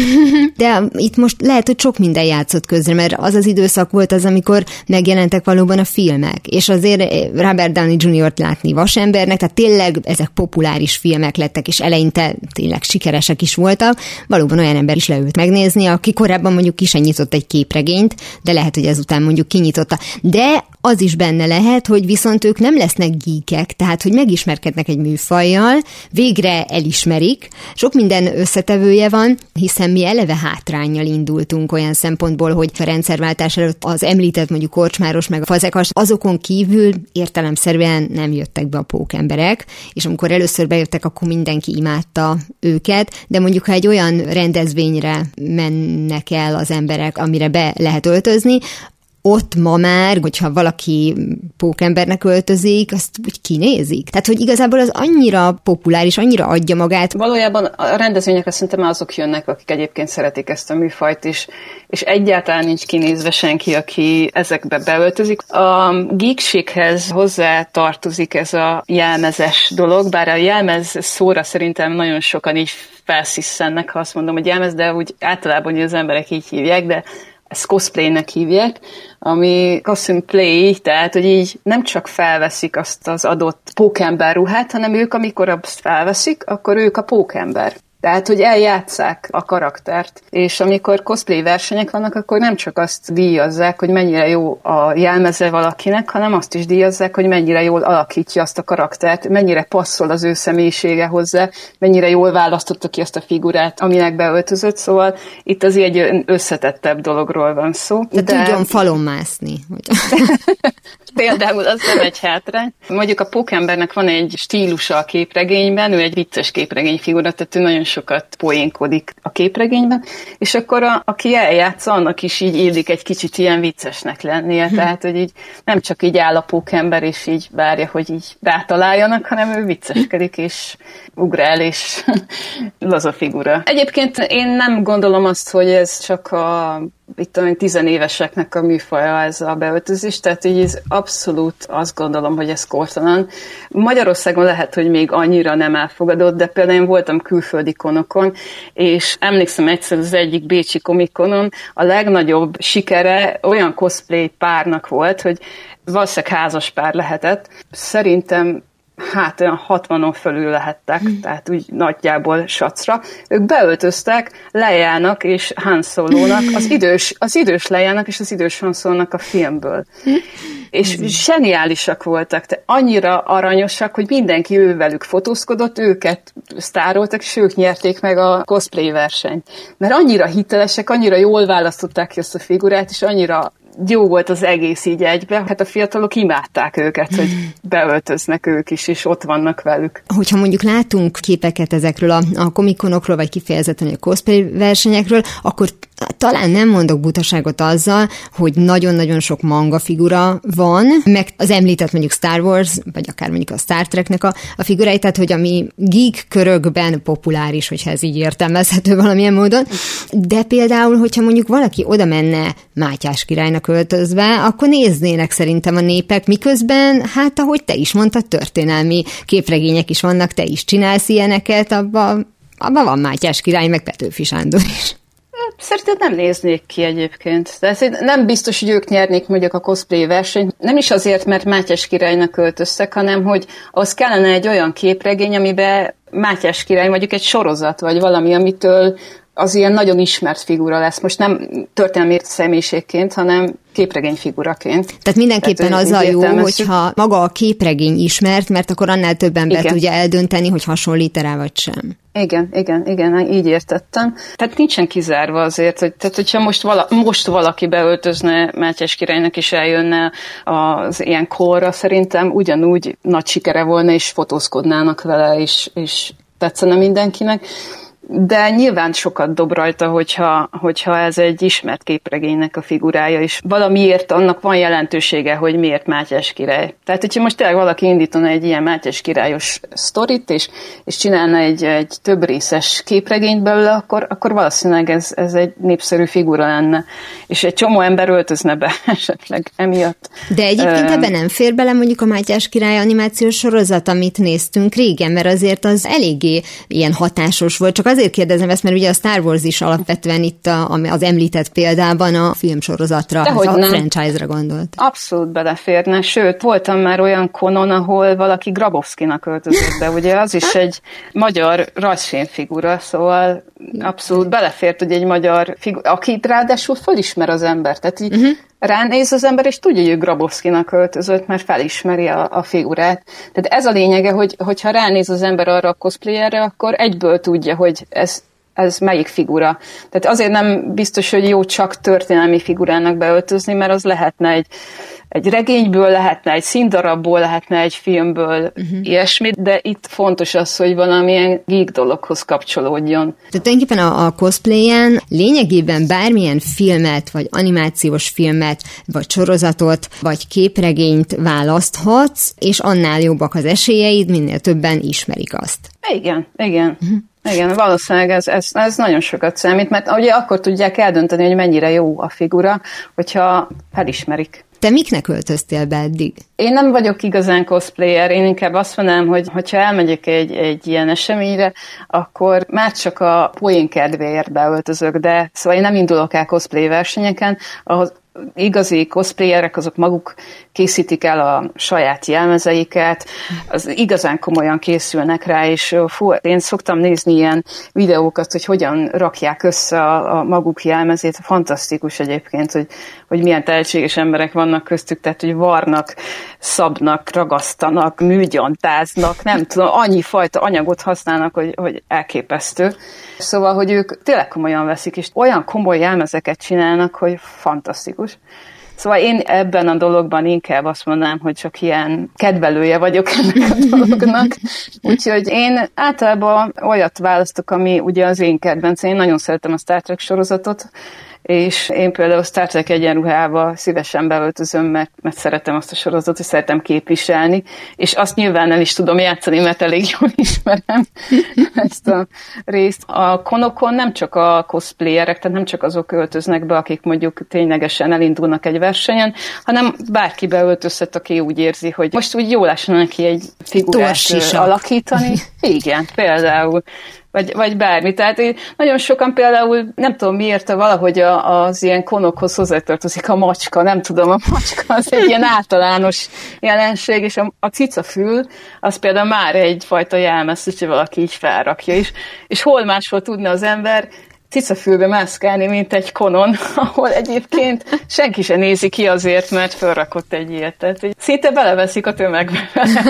De itt most lehet, hogy sok minden játszott közre, mert az az időszak volt az, amikor megjelentek valóban a filmek, és azért Robert Downey Jr.-t látni vasembernek, tehát tényleg ezek populáris filmek lettek, és eleinte tényleg sikeresek is voltak. Valóban olyan ember is leült megnézni, aki korábban mondjuk ki sem nyitott egy képregényt, de lehet, hogy ezután mondjuk kinyitotta. De az is benne lehet, hogy viszont ők nem lesznek geekek, tehát hogy megismerkednek egy műfajjal, végre elismerik, sok minden összetevője van, hiszen mi eleve hátránnyal indultunk olyan szempontból, hogy a rendszerváltás előtt az említett mondjuk Korcsmáros meg a Fazekas, azokon kívül értelemszerűen nem jöttek be a pókemberek, és amikor először bejöttek, akkor mindenki imádta őket, de mondjuk ha egy olyan rendezvényre mennek el az emberek, amire be lehet öltözni, ott ma már, hogyha valaki pókembernek öltözik, azt úgy kinézik. Tehát, hogy igazából az annyira populáris, annyira adja magát. Valójában a rendezvényekre szerintem azok jönnek, akik egyébként szeretik ezt a műfajt is, és egyáltalán nincs kinézve senki, aki ezekbe beöltözik. A geekséghez hozzá tartozik ez a jelmezes dolog, bár a jelmez szóra szerintem nagyon sokan így felszisszennek, ha azt mondom, hogy jelmez, de úgy általában az emberek így hívják, de ezt cosplaynek hívják, ami costume play, tehát, hogy így nem csak felveszik azt az adott pókember ruhát, hanem ők, amikor azt felveszik, akkor ők a pókember. Tehát, hogy eljátsszák a karaktert, és amikor cosplay versenyek vannak, akkor nem csak azt díjazzák, hogy mennyire jó a jelmeze valakinek, hanem azt is díjazzák, hogy mennyire jól alakítja azt a karaktert, mennyire passzol az ő személyisége hozzá, mennyire jól választotta ki azt a figurát, aminek beöltözött, szóval itt az egy összetettebb dologról van szó. De tudjon falon mászni. Például az nem egy hátrány. Mondjuk a pókembernek van egy stílusa a képregényben, ő egy vicces képregényfigura, tehát ő nagyon sokat poénkodik a képregényben, és akkor aki eljátsza, annak is így illik egy kicsit ilyen viccesnek lennie, tehát hogy így nem csak így áll a pókember, és így várja, hogy így rátaláljanak, hanem ő vicceskedik, és ugrál, és laza figura. Egyébként én nem gondolom azt, hogy ez csak a 10 éveseknek a műfaja ez a beöltözés, tehát így ez abszolút azt gondolom, hogy ez kortalan. Magyarországon lehet, hogy még annyira nem elfogadott, de például én voltam külföldi konokon, és emlékszem egyszer az egyik bécsi komikonon a legnagyobb sikere olyan cosplay párnak volt, hogy valószínűleg házas pár lehetett. Szerintem olyan 60-on fölül lehettek, tehát úgy nagyjából sacra. Ők beöltöztek Leiának és Han Solónak, az idős Leiának és az idős Han Solónak a filmből. És zseniálisak voltak, de annyira aranyosak, hogy mindenki ővelük fotózkodott, őket sztároltak, és ők nyerték meg a cosplay versenyt. Mert annyira hitelesek, annyira jól választották ki azt a figurát, és annyira jó volt az egész így egybe. Hát a fiatalok imádták őket, hogy beöltöznek ők is, és ott vannak velük. Hogyha mondjuk látunk képeket ezekről a komikonokról, vagy kifejezetten a cosplay versenyekről, akkor talán nem mondok butaságot azzal, hogy nagyon-nagyon sok manga figura van, meg az említett mondjuk Star Wars, vagy akár mondjuk a Star Treknek a figurái, tehát hogy ami geek körökben populáris, hogyha ez így értelmezhető valamilyen módon. De például, hogyha mondjuk valaki oda menne Mátyás királynak öltözve, akkor néznének szerintem a népek, miközben, hát ahogy te is mondtad, történelmi képregények is vannak, te is csinálsz ilyeneket, abban van Mátyás király, meg Petőfi Sándor is. Szerintem nem néznék ki egyébként. De nem biztos, hogy ők nyernék mondjuk a cosplay versenyt. Nem is azért, mert Mátyás királynak öltöztek, hanem hogy az kellene egy olyan képregény, amiben Mátyás király mondjuk egy sorozat, vagy valami, amitől az ilyen nagyon ismert figura lesz. Most nem történelmi személyiségként, hanem képregényfiguraként. Tehát mindenképpen az a jó, hogyha maga a képregény ismert, mert akkor annál több ember tudja eldönteni, hogy hasonlít rá vagy sem. Igen, így értettem. Tehát nincsen kizárva azért, hogy tehát hogyha most valaki beöltözne Mátyás királynak és eljönne az ilyen korra, szerintem ugyanúgy nagy sikere volna, és fotózkodnának vele, és tetszene mindenkinek. De nyilván sokat dob rajta, hogyha ez egy ismert képregénynek a figurája, és valamiért annak van jelentősége, hogy miért Mátyás király. Tehát, hogyha most tényleg valaki indítana egy ilyen Mátyás királyos sztorit, és csinálna egy több részes képregényt belőle, akkor valószínűleg ez egy népszerű figura lenne. És egy csomó ember öltözne be esetleg emiatt. De egyébként ebben nem fér bele mondjuk a Mátyás király animációs sorozat, amit néztünk régen, mert azért az eléggé ilyen hatásos volt, csak azért kérdezem ezt, mert ugye a Star Wars is alapvetően itt az említett példában a filmsorozatra, a franchise-ra gondolt. Abszolút beleférne, sőt, voltam már olyan konon, ahol valaki Grabowskinak öltözött be, ugye az is egy magyar rajzfilmfigura, szóval abszolút belefért, hogy egy magyar figura, akit ráadásul fölismer az ember, tehát így ránéz az ember, és tudja, hogy ő Grabowskinak öltözött, mert felismeri a figurát. Tehát ez a lényege, hogyha ránéz az ember arra a cosplayerre, akkor egyből tudja, hogy ez melyik figura. Tehát azért nem biztos, hogy jó csak történelmi figurának beöltözni, mert az lehetne egy regényből, lehetne egy színdarabból, lehetne egy filmből, ilyesmi, de itt fontos az, hogy valamilyen geek dologhoz kapcsolódjon. Tehát tulajdonképpen a cosplayen lényegében bármilyen filmet, vagy animációs filmet, vagy sorozatot, vagy képregényt választhatsz, és annál jobbak az esélyeid, minél többen ismerik azt. Igen. Igen, valószínűleg ez nagyon sokat számít, mert ugye akkor tudják eldönteni, hogy mennyire jó a figura, hogyha felismerik. Te miknek öltöztél be eddig? Én nem vagyok igazán cosplayer, én inkább azt mondanám, hogy ha elmegyek egy ilyen eseményre, akkor már csak a poén kedvéért beöltözök, de szóval én nem indulok el cosplay versenyeken, ahhoz igazi cosplayerek azok maguk készítik el a saját jelmezeiket, az igazán komolyan készülnek rá, és én szoktam nézni ilyen videókat, hogy hogyan rakják össze a maguk jelmezét. Fantasztikus egyébként, hogy milyen tehetséges emberek vannak köztük, tehát hogy varnak, szabnak, ragasztanak, műgyontáznak, nem tudom, annyi fajta anyagot használnak, hogy elképesztő. Szóval, hogy ők tényleg komolyan veszik, és olyan komoly jelmezeket csinálnak, hogy fantasztikus. Szóval én ebben a dologban inkább azt mondanám, hogy csak ilyen kedvelője vagyok ennek a dolognak. Úgyhogy én általában olyat választok, ami ugye az én kedvencem. Én nagyon szeretem a Star Trek sorozatot, és én például Star Trek egyenruhába szívesen beöltözöm, mert szeretem azt a sorozatot, és szeretem képviselni, és azt nyilván el is tudom játszani, mert elég jól ismerem ezt a részt. A konokon nem csak a cosplayerek, tehát nem csak azok öltöznek be, akik mondjuk ténylegesen elindulnak egy versenyen, hanem bárki beöltözhet, aki úgy érzi, hogy most úgy jól esne neki egy figurát alakítani. Igen, például. Vagy bármi. Tehát nagyon sokan például, nem tudom miért, valahogy az ilyen konokhoz hozzátartozik a macska, nem tudom, a macska az egy ilyen általános jelenség, és a cicafül az például már egyfajta jelmez, hogyha valaki így felrakja is. És hol máshol tudna az ember cicafülbe mászkálni, mint egy konon, ahol egyébként senki se nézi ki azért, mert felrakott egy ilyet. Tehát, hogy szinte beleveszik a tömegbe.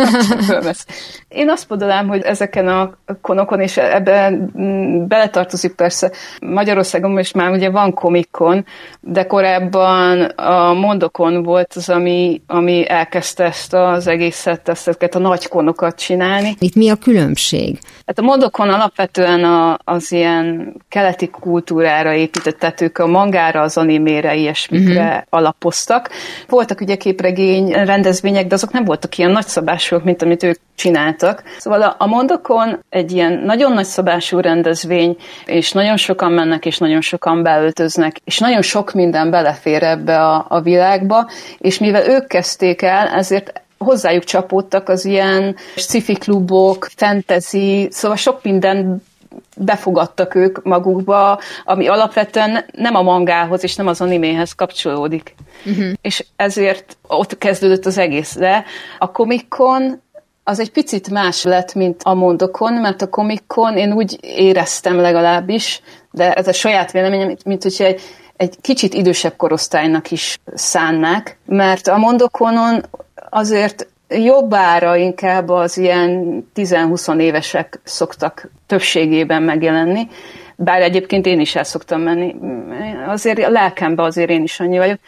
Én azt mondanám, hogy ezeken a konokon, és ebben beletartozik persze Magyarországon is már ugye van Comic-Con, de korábban a Mondokon volt az, ami elkezdte ezt az egészet, ezeket a nagy konokat csinálni. Itt mi a különbség? Hát a Mondokon alapvetően az ilyen keleti kultúrára épített, tehát ők a mangára, az animére, ilyesmikre alapoztak. Voltak ugye képregény rendezvények, de azok nem voltak ilyen nagyszabásúak, mint amit ők csináltak. Szóval a Mondokon egy ilyen nagyon nagyszabású rendezvény, és nagyon sokan mennek, és nagyon sokan beöltöznek, és nagyon sok minden belefér ebbe a világba, és mivel ők kezdték el, ezért hozzájuk csapódtak az ilyen sci-fi klubok, fantasy, szóval sok minden befogadtak ők magukba, ami alapvetően nem a mangához és nem az animéhez kapcsolódik. És ezért ott kezdődött az egész. De a Comic-Con az egy picit más lett, mint a Mondokon, mert a Comic-Con én úgy éreztem legalábbis, de ez a saját véleményem, mint hogyha egy kicsit idősebb korosztálynak is szánnák, mert a Mondokonon azért jobbára inkább az ilyen 10-20 évesek szoktak többségében megjelenni, bár egyébként én is el szoktam menni. Azért a lelkemben azért én is annyi vagyok.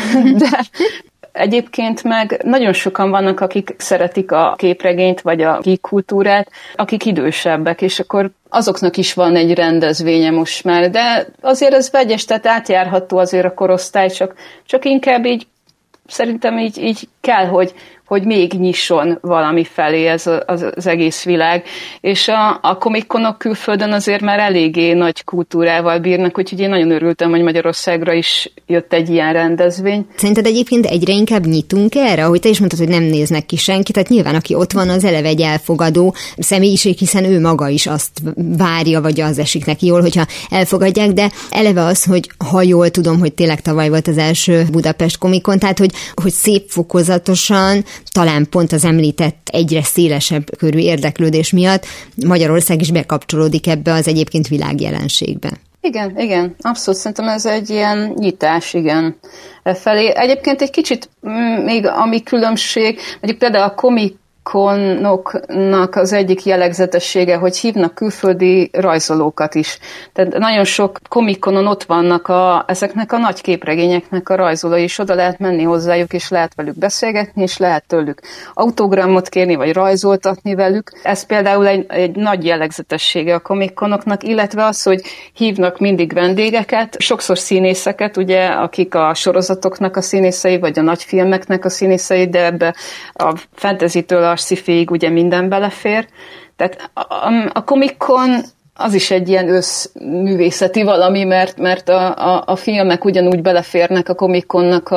De egyébként meg nagyon sokan vannak, akik szeretik a képregényt, vagy a geek kultúrát, akik idősebbek, és akkor azoknak is van egy rendezvénye most már. De azért ez vegyes, tehát átjárható azért a korosztály, csak inkább így szerintem így kell, hogy még nyisson valami felé ez az egész világ. És a Comic-Conok külföldön azért már eléggé nagy kultúrával bírnak, úgyhogy én nagyon örültem, hogy Magyarországra is jött egy ilyen rendezvény. Szerinted egyébként egyre inkább nyitunk erre? Ahogy te is mondtad, hogy nem néznek ki senki, tehát nyilván aki ott van, az eleve egy elfogadó személyiség, hiszen ő maga is azt várja, vagy az esik neki jól, hogyha elfogadják, de eleve az, hogy ha jól tudom, hogy tényleg tavaly volt az első Budapest Comic-Con, tehát hogy szép fokozatosan, talán pont az említett egyre szélesebb körű érdeklődés miatt Magyarország is bekapcsolódik ebbe az egyébként világjelenségbe. Igen, abszolút szerintem ez egy ilyen nyitás, felé. Egyébként egy kicsit még ami különbség, mondjuk például a komikonoknak az egyik jellegzetessége, hogy hívnak külföldi rajzolókat is. Tehát nagyon sok komikonon ott vannak ezeknek a nagy képregényeknek a rajzolói, és oda lehet menni hozzájuk, és lehet velük beszélgetni, és lehet tőlük autogramot kérni, vagy rajzoltatni velük. Ez például egy nagy jellegzetessége a komikonoknak, illetve az, hogy hívnak mindig vendégeket, sokszor színészeket, ugye, akik a sorozatoknak a színészei, vagy a nagyfilmeknek a színészei, de ebbe a fantasy-től a sci-fiig ugye minden belefér. Tehát a Comic-Con az is egy ilyen összművészeti valami, mert a filmek ugyanúgy beleférnek a Comic-Connak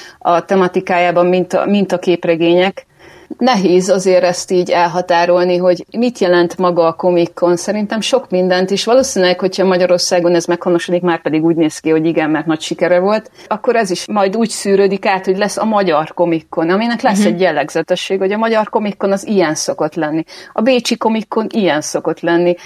a tematikájában, mint a képregények. Nehéz azért ezt így elhatárolni, hogy mit jelent maga a Comic-Con. Szerintem sok mindent is. Valószínűleg, hogyha Magyarországon ez meghonosodik, már pedig úgy néz ki, hogy igen, mert nagy sikere volt, akkor ez is majd úgy szűrődik át, hogy lesz a magyar Comic-Con, aminek lesz egy jellegzetesség, hogy a magyar Comic-Con az ilyen szokott lenni. A bécsi Comic-Con ilyen szokott lenni.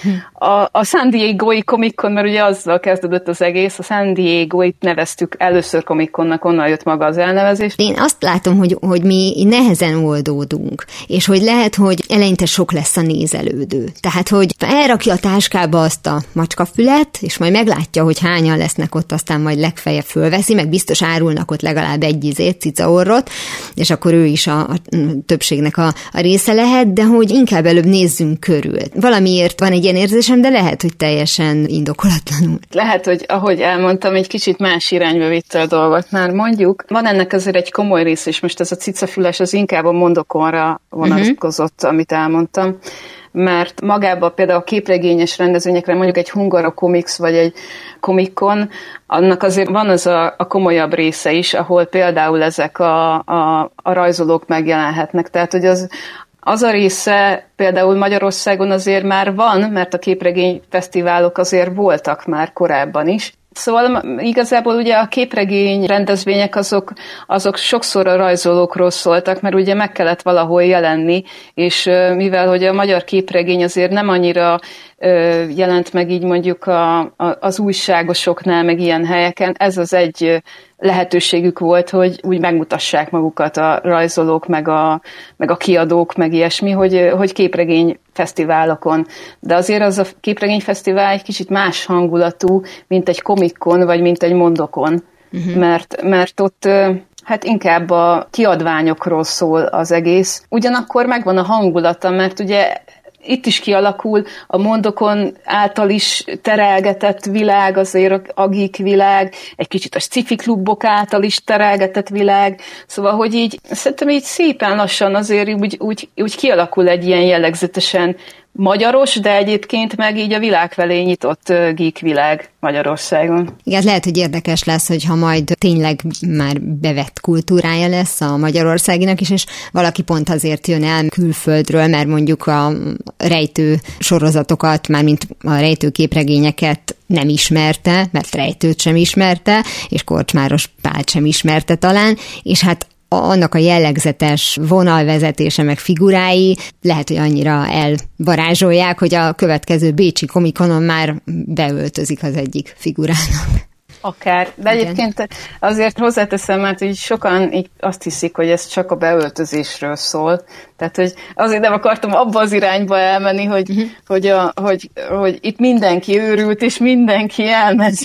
A San Diego-i Comic-Con, mert ugye azzal kezdődött az egész, a San Diego-it neveztük először Comic-Connak, onnan jött maga az elnevezés. Én azt látom, hogy mi nehezen oldódunk, és hogy lehet, hogy eleinte sok lesz a nézelődő. Tehát, hogy elrakja a táskába azt a macskafület, és majd meglátja, hogy hányan lesznek ott, aztán majd legfeljebb fölveszi, meg biztos árulnak ott legalább egy cicaorrot, és akkor ő is a többségnek a része lehet, de hogy inkább előbb nézzünk körül. Valamiért van egy ilyen érzésem, de lehet, hogy teljesen indokolatlanul. Lehet, hogy ahogy elmondtam, egy kicsit más irányba vitte a dolgot. Már mondjuk, van ennek azért egy komoly rész, és most ez a cicafüles az inkább a mondokonra vonatkozott, amit elmondtam, mert magában például a képregényes rendezvényekre, mondjuk egy Hungaro Comics vagy egy Comic-Con, annak azért van az a komolyabb része is, ahol például ezek a rajzolók megjelenhetnek. Tehát, hogy az a része például Magyarországon azért már van, mert a képregényfesztiválok azért voltak már korábban is. Szóval igazából ugye a képregény rendezvények azok sokszor a rajzolókról szóltak, mert ugye meg kellett valahol jelenni, és mivel hogy a magyar képregény azért nem annyira jelent meg így mondjuk az újságosoknál, meg ilyen helyeken, ez az egy lehetőségük volt, hogy úgy megmutassák magukat a rajzolók, meg a kiadók, meg ilyesmi, hogy képregény fesztiválokon. De azért az a képregényfesztivál egy kicsit más hangulatú, mint egy Comic-Con, vagy mint egy Mondokon. Mert ott hát inkább a kiadványokról szól az egész. Ugyanakkor megvan a hangulata, mert ugye itt is kialakul a Mondokon által is terelgetett világ, azért a geek világ, egy kicsit a sci-fi klubok által is terelgetett világ, szóval, hogy így szerintem így szépen lassan azért úgy kialakul egy ilyen jellegzetesen magyaros, de egyébként meg így a világ felé nyitott geek világ Magyarországon. Igen, lehet, hogy érdekes lesz, hogyha majd tényleg már bevett kultúrája lesz a magyarországinak is, és valaki pont azért jön el külföldről, mert mondjuk a rejtő sorozatokat, mármint a rejtő képregényeket nem ismerte, mert rejtőt sem ismerte, és Korcsmáros Pált sem ismerte talán, és hát annak a jellegzetes vonalvezetése meg figurái lehet, hogy annyira elvarázsolják, hogy a következő bécsi Comic-Conon már beöltözik az egyik figurának. Akár. De egyébként azért hozzáteszem, mert így sokan így azt hiszik, hogy ez csak a beöltözésről szól. Tehát, hogy azért nem akartam abba az irányba elmenni, hogy itt mindenki őrült, és mindenki elmegy.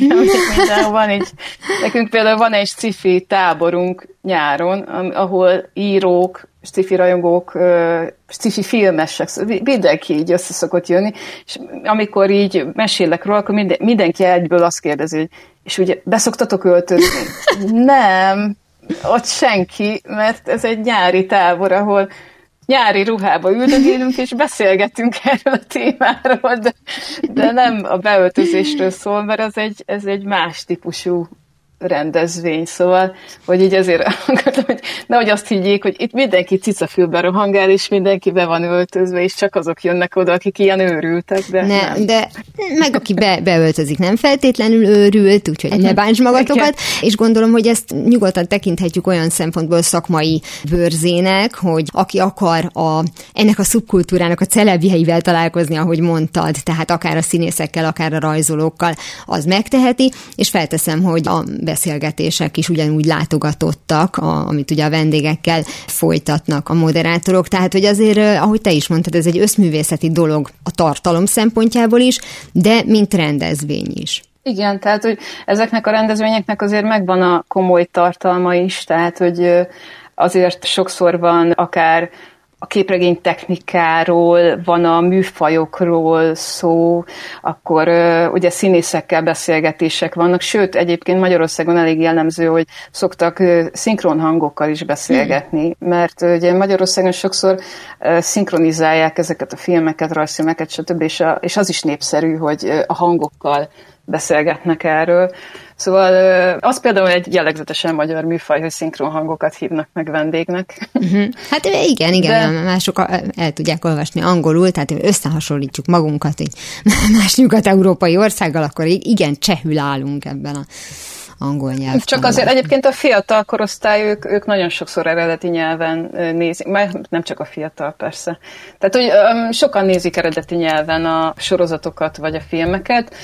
Nekünk például van egy sci-fi táborunk nyáron, ahol írók, sci-fi rajongók, sci-fi filmesek, mindenki így össze szokott jönni, és amikor így mesélek róla, akkor mindenki egyből azt kérdezi, hogy és ugye beszoktatok öltözni? Nem, ott senki, mert ez egy nyári tábor, ahol nyári ruhába üldögélünk, és beszélgetünk erről a témáról, de nem a beöltözésről szól, mert ez egy más típusú rendezvény, szóval, hogy így ezért akartam, hogy nehogy azt higgyék, hogy itt mindenki cicafülben rohangál, és mindenki be van öltözve, és csak azok jönnek oda, akik ilyen őrültek, de nem. De meg aki beöltözik, nem feltétlenül őrült, úgyhogy ne bánts magatokat, és gondolom, hogy ezt nyugodtan tekinthetjük olyan szempontból szakmai bőrzének, hogy aki akar ennek a szubkultúrának a celebjeivel találkozni, ahogy mondtad, tehát akár a színészekkel, akár a rajzolókkal, az megteheti, és felteszem, hogy a beszélgetések is ugyanúgy látogatottak, amit ugye a vendégekkel folytatnak a moderátorok. Tehát, hogy azért, ahogy te is mondtad, ez egy összművészeti dolog a tartalom szempontjából is, de mint rendezvény is. Igen, tehát, hogy ezeknek a rendezvényeknek azért megvan a komoly tartalma is, tehát, hogy azért sokszor van akár a képregény technikáról, van a műfajokról szó, akkor ugye színészekkel beszélgetések vannak, sőt, egyébként Magyarországon elég jellemző, hogy szoktak szinkron hangokkal is beszélgetni, mert ugye Magyarországon sokszor szinkronizálják ezeket a filmeket, rajzfilmeket, stb., és az is népszerű, hogy a hangokkal beszélgetnek erről. Szóval az például egy jellegzetesen magyar műfaj, hogy szinkron hangokat hívnak meg vendégnek. Hát igen, de mások el tudják olvasni angolul, tehát összehasonlítjuk magunkat egy más nyugat-európai országgal, akkor igen, csehül állunk ebben a angol nyelvtan. Csak azért egyébként a fiatal korosztály, ők nagyon sokszor eredeti nyelven nézik, mert nem csak a fiatal persze. Tehát, hogy sokan nézik eredeti nyelven a sorozatokat vagy a filmeket,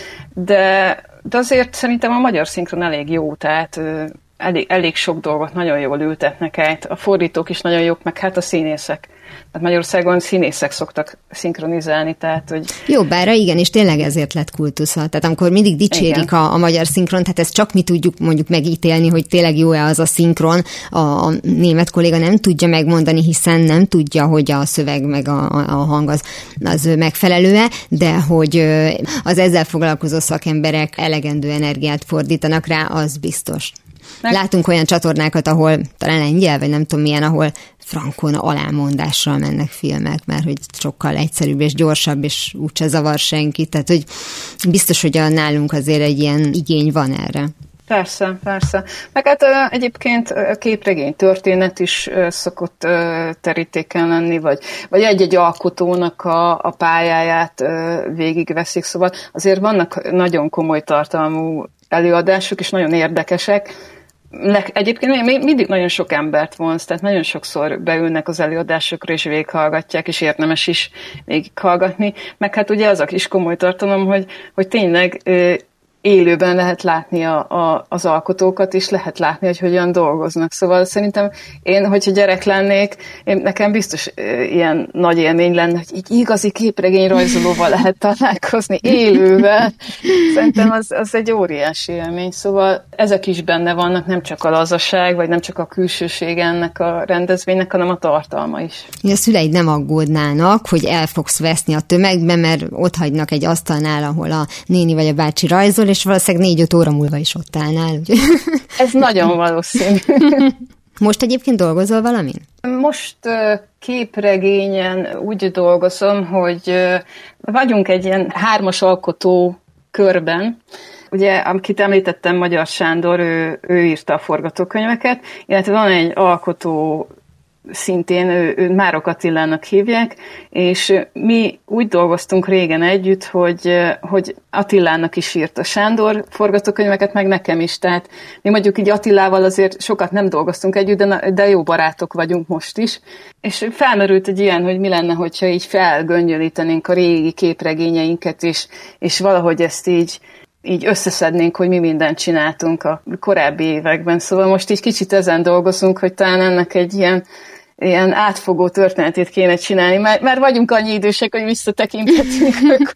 de azért szerintem a magyar szinkron elég jó, tehát elég sok dolgot nagyon jól ültetnek át. A fordítók is nagyon jók, meg hát a színészek. Tehát Magyarországon színészek szoktak szinkronizálni, tehát hogy... Jó, bár igen, és tényleg ezért lett kultusza. Tehát amikor mindig dicsérik a magyar szinkron, tehát ezt csak mi tudjuk mondjuk megítélni, hogy tényleg jó-e az a szinkron. A német kolléga nem tudja megmondani, hiszen nem tudja, hogy a szöveg meg a hang az megfelelő-e, de hogy az ezzel foglalkozó szakemberek elegendő energiát fordítanak rá, az biztos. Látunk olyan csatornákat, ahol talán lengyel, vagy nem tudom milyen, ahol frankon alámondással mennek filmek, mert hogy sokkal egyszerűbb és gyorsabb, és úgyse zavar senki. Tehát, hogy biztos, hogy nálunk azért egy ilyen igény van erre. Persze. Meg hát egyébként a képregény történet is szokott terítéken lenni, vagy egy-egy alkotónak a pályáját végigveszik, szóval azért vannak nagyon komoly tartalmú előadások, és nagyon érdekesek. Egyébként mindig nagyon sok embert vonz, tehát nagyon sokszor beülnek az előadásokra, és végighallgatják, és érdemes is végighallgatni. Meg hát ugye az a kis komoly tartalom, hogy tényleg élőben lehet látni az alkotókat, és lehet látni, hogy hogyan dolgoznak. Szóval szerintem én, hogyha gyerek lennék, nekem biztos ilyen nagy élmény lenne, hogy így igazi képregényrajzolóval lehet találkozni élőben. Szerintem az egy óriási élmény. Szóval ezek is benne vannak, nem csak a lazaság, vagy nem csak a külsősége ennek a rendezvénynek, hanem a tartalma is. A szüleid nem aggódnának, hogy el fogsz veszni a tömegben, mert ott hagynak egy asztalnál, ahol a néni vagy a bácsi rajzol, és valószínűleg 4-5 óra múlva is ott állnál. Ez nagyon valószínű. Most egyébként dolgozol valamin? Most képregényen úgy dolgozom, hogy vagyunk egy ilyen 3-as alkotó körben. Ugye, akit említettem, Magyar Sándor, ő írta a forgatókönyveket, illetve van egy alkotó, szintén ő Márok Attilának hívják, és mi úgy dolgoztunk régen együtt, hogy Attilának is írt a Sándor forgatókönyveket, meg nekem is, tehát mi mondjuk így Attilával azért sokat nem dolgoztunk együtt, de jó barátok vagyunk most is, és felmerült egy ilyen, hogy mi lenne, hogyha így felgöngyölítenénk a régi képregényeinket, és valahogy ezt így összeszednénk, hogy mi mindent csináltunk a korábbi években. Szóval most így kicsit ezen dolgozunk, hogy talán ennek egy ilyen átfogó történetét kéne csinálni. Már vagyunk annyi idősek, hogy visszatekinthetünk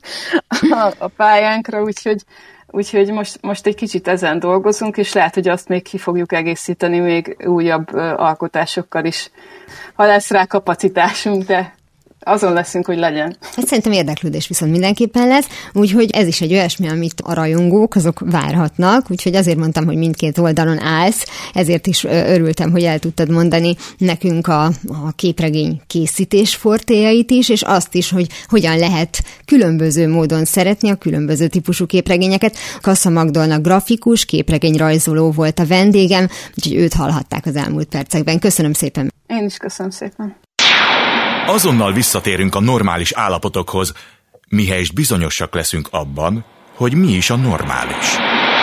a pályánkra, úgyhogy most egy kicsit ezen dolgozunk, és lehet, hogy azt még ki fogjuk egészíteni még újabb alkotásokkal is. Ha lesz rá kapacitásunk, de azon leszünk, hogy legyen. Hát szerintem érdeklődés viszont mindenképpen lesz, úgyhogy ez is egy olyasmi, amit a rajongók azok várhatnak, úgyhogy azért mondtam, hogy mindkét oldalon állsz, ezért is örültem, hogy el tudtad mondani nekünk a képregény készítés fortéjait is, és azt is, hogy hogyan lehet különböző módon szeretni a különböző típusú képregényeket. Kassa Magdolna grafikus, képregényrajzoló volt a vendégem, úgyhogy őt hallhatták az elmúlt percekben. Köszönöm szépen. Én is köszönöm szépen. Azonnal visszatérünk a normális állapotokhoz, mihelyest bizonyosak leszünk abban, hogy mi is a normális.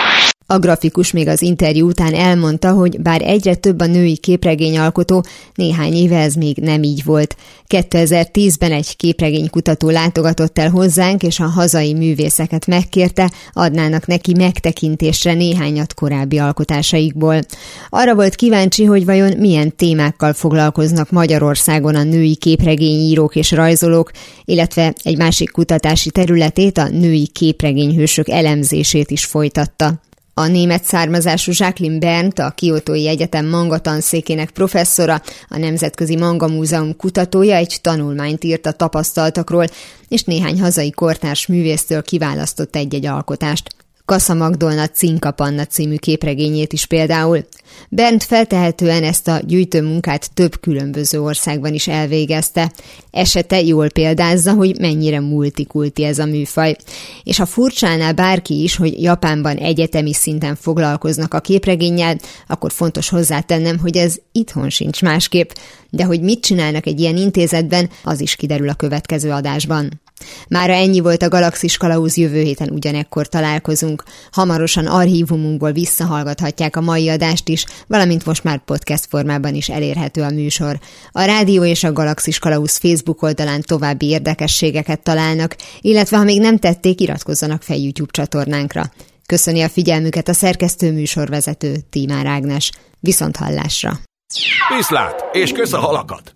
A grafikus még az interjú után elmondta, hogy bár egyre több a női képregényalkotó, néhány éve ez még nem így volt. 2010-ben egy képregénykutató látogatott el hozzánk, és a hazai művészeket megkérte, adnának neki megtekintésre néhányat korábbi alkotásaikból. Arra volt kíváncsi, hogy vajon milyen témákkal foglalkoznak Magyarországon a női képregényírók és rajzolók, illetve egy másik kutatási területét, a női képregényhősök elemzését is folytatta. A német származású Jacqueline Berndt, a Kiotói Egyetem manga tanszékének professzora, a Nemzetközi Manga Múzeum kutatója egy tanulmányt írt a tapasztaltakról, és néhány hazai kortárs művésztől kiválasztott egy-egy alkotást. Kassa Magdolna Cinka Panna című képregényét is például. Berndt feltehetően ezt a gyűjtőmunkát több különböző országban is elvégezte. Esete jól példázza, hogy mennyire multikulti ez a műfaj. És ha furcsálná bárki is, hogy Japánban egyetemi szinten foglalkoznak a képregénnyel, akkor fontos hozzátennem, hogy ez itthon sincs másképp. De hogy mit csinálnak egy ilyen intézetben, az is kiderül a következő adásban. Mára ennyi volt a Galaxis Kalauz, jövő héten ugyanekkor találkozunk. Hamarosan archívumunkból visszahallgathatják a mai adást is, valamint most már podcast formában is elérhető a műsor. A Rádió és a Galaxis Kalauz Facebook oldalán további érdekességeket találnak, illetve ha még nem tették, iratkozzanak fel YouTube csatornánkra. Köszöni a figyelmüket a szerkesztő műsorvezető Tímár Ágnes. Viszonthallásra! Viszlát, és kösz a halakat!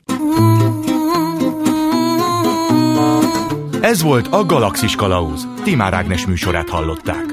Ez volt a Galaxis Kalauz. Tímár Ágnes műsorát hallották.